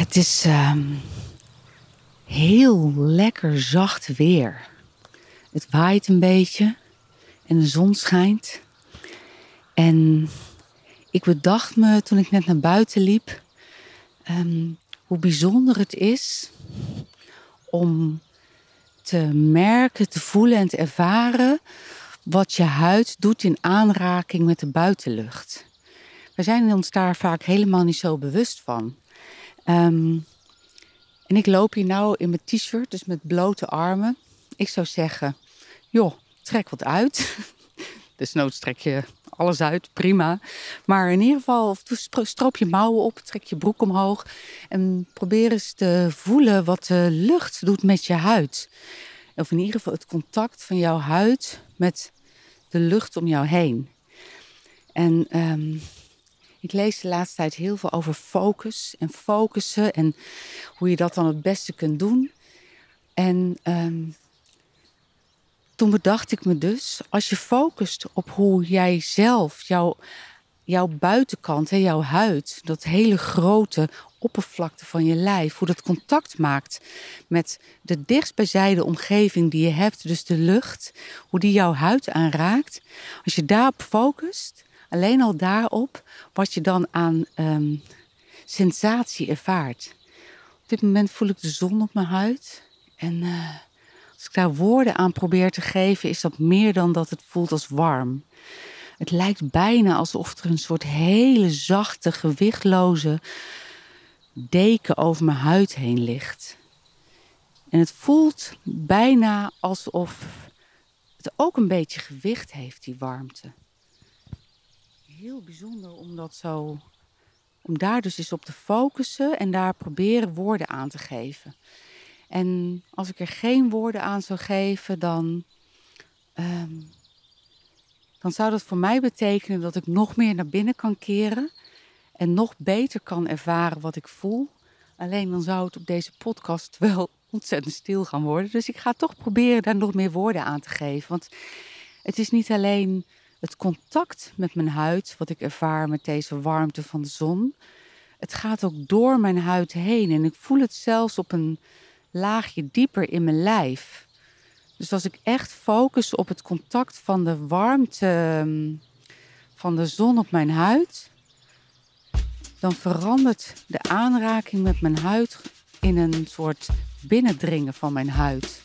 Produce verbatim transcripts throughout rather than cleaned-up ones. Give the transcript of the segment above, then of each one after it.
Het is uh, heel lekker zacht weer. Het waait een beetje en de zon schijnt. En ik bedacht me toen ik net naar buiten liep, um, hoe bijzonder het is om te merken, te voelen en te ervaren wat je huid doet in aanraking met de buitenlucht. We zijn ons daar vaak helemaal niet zo bewust van. Um, en ik loop hier nou in mijn t-shirt, dus met blote armen. Ik zou zeggen, joh, trek wat uit. Desnoods trek je alles uit, prima. Maar in ieder geval, stroop je mouwen op, trek je broek omhoog. En probeer eens te voelen wat de lucht doet met je huid. Of in ieder geval het contact van jouw huid met de lucht om jou heen. En um, ik lees de laatste tijd heel veel over focus en focussen. En hoe je dat dan het beste kunt doen. En um, toen bedacht ik me dus, als je focust op hoe jij zelf, jouw, jouw buitenkant, hè, jouw huid, dat hele grote oppervlakte van je lijf, hoe dat contact maakt met de dichtstbijzijde omgeving die je hebt, dus de lucht, hoe die jouw huid aanraakt. Als je daarop focust, alleen al daarop, wat je dan aan um, sensatie ervaart. Op dit moment voel ik de zon op mijn huid en uh, als ik daar woorden aan probeer te geven, is dat meer dan dat het voelt als warm. Het lijkt bijna alsof er een soort hele zachte, gewichtloze deken over mijn huid heen ligt. En het voelt bijna alsof het ook een beetje gewicht heeft, die warmte. Heel bijzonder om dat zo, om daar dus eens op te focussen en daar proberen woorden aan te geven. En als ik er geen woorden aan zou geven, dan, um, dan zou dat voor mij betekenen dat ik nog meer naar binnen kan keren en nog beter kan ervaren wat ik voel. Alleen dan zou het op deze podcast wel ontzettend stil gaan worden. Dus ik ga toch proberen daar nog meer woorden aan te geven. Want het is niet alleen het contact met mijn huid wat ik ervaar met deze warmte van de zon. Het gaat ook door mijn huid heen en ik voel het zelfs op een laagje dieper in mijn lijf. Dus als ik echt focus op het contact van de warmte van de zon op mijn huid, dan verandert de aanraking met mijn huid in een soort binnendringen van mijn huid.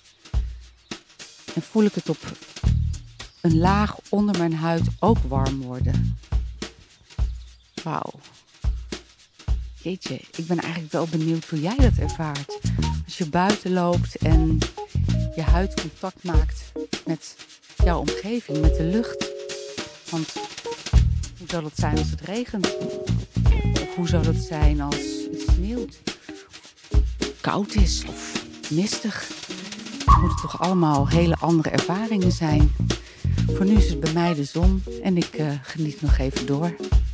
En voel ik het op een laag onder mijn huid ook warm worden. Wauw. Jeetje, ik ben eigenlijk wel benieuwd hoe jij dat ervaart. Als je buiten loopt en je huid contact maakt met jouw omgeving, met de lucht. Want hoe zou dat zijn als het regent? Of hoe zou dat zijn als het sneeuwt? Of koud is of mistig? Het moeten toch allemaal hele andere ervaringen zijn. Voor nu is het bij mij de zon en ik uh, geniet nog even door.